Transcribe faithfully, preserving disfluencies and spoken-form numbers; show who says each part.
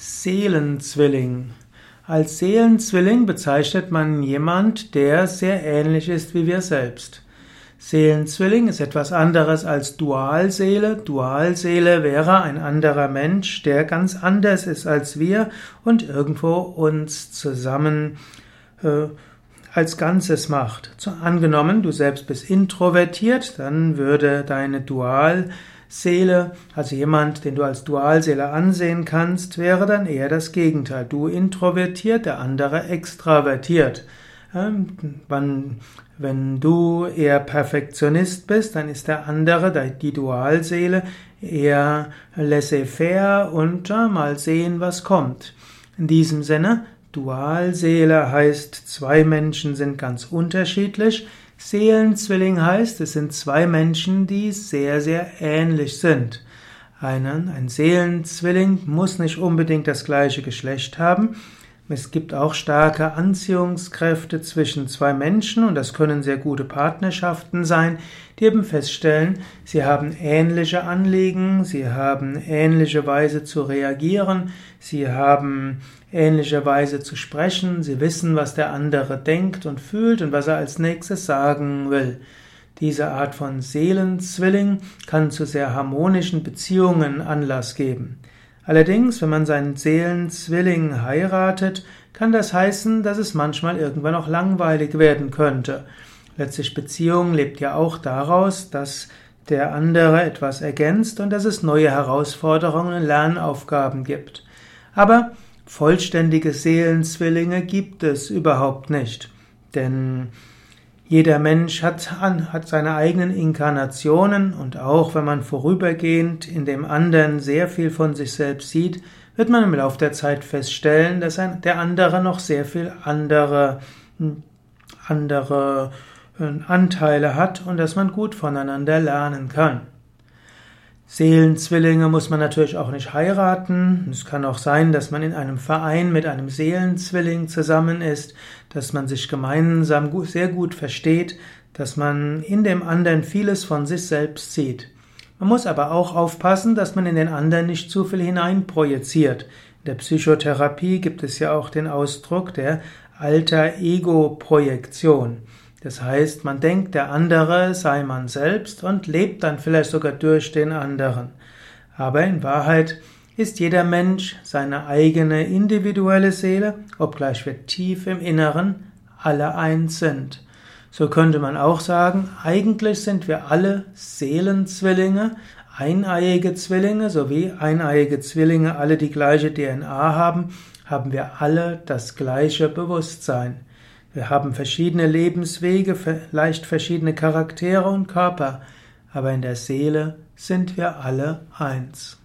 Speaker 1: Seelenzwilling. Als Seelenzwilling bezeichnet man jemand, der sehr ähnlich ist wie wir selbst. Seelenzwilling ist etwas anderes als Dualseele. Dualseele wäre ein anderer Mensch, der ganz anders ist als wir und irgendwo uns zusammen äh, als Ganzes macht. So, angenommen, du selbst bist introvertiert, dann würde deine Dualseele, also jemand, den du als Dualseele ansehen kannst, wäre dann eher das Gegenteil. Du introvertiert, der andere extravertiert. Wenn, wenn du eher Perfektionist bist, dann ist der andere, die Dualseele, eher laissez-faire und ja, mal sehen, was kommt. In diesem Sinne, Dualseele heißt, zwei Menschen sind ganz unterschiedlich. Seelenzwilling heißt, es sind zwei Menschen, die sehr, sehr ähnlich sind. Einen, ein Seelenzwilling muss nicht unbedingt das gleiche Geschlecht haben. Es gibt auch starke Anziehungskräfte zwischen zwei Menschen und das können sehr gute Partnerschaften sein, die eben feststellen, sie haben ähnliche Anliegen, sie haben ähnliche Weise zu reagieren, sie haben ähnliche Weise zu sprechen, sie wissen, was der andere denkt und fühlt und was er als nächstes sagen will. Diese Art von Seelenzwilling kann zu sehr harmonischen Beziehungen Anlass geben. Allerdings, wenn man seinen Seelenzwilling heiratet, kann das heißen, dass es manchmal irgendwann auch langweilig werden könnte. Letztlich Beziehung lebt ja auch daraus, dass der andere etwas ergänzt und dass es neue Herausforderungen und Lernaufgaben gibt. Aber vollständige Seelenzwillinge gibt es überhaupt nicht, denn jeder Mensch hat, hat seine eigenen Inkarnationen und auch wenn man vorübergehend in dem anderen sehr viel von sich selbst sieht, wird man im Laufe der Zeit feststellen, dass ein, der andere noch sehr viel andere, andere Anteile hat und dass man gut voneinander lernen kann. Seelenzwillinge muss man natürlich auch nicht heiraten. Es kann auch sein, dass man in einem Verein mit einem Seelenzwilling zusammen ist, dass man sich gemeinsam sehr gut versteht, dass man in dem anderen vieles von sich selbst sieht. Man muss aber auch aufpassen, dass man in den anderen nicht zu viel hineinprojiziert. In der Psychotherapie gibt es ja auch den Ausdruck der Alter-Ego-Projektion. Das heißt, man denkt, der andere sei man selbst und lebt dann vielleicht sogar durch den anderen. Aber in Wahrheit ist jeder Mensch seine eigene individuelle Seele, obgleich wir tief im Inneren alle eins sind. So könnte man auch sagen, eigentlich sind wir alle Seelenzwillinge, eineiige Zwillinge, sowie eineiige Zwillinge alle die gleiche D N A haben, haben wir alle das gleiche Bewusstsein. Wir haben verschiedene Lebenswege, vielleicht verschiedene Charaktere und Körper, aber in der Seele sind wir alle eins.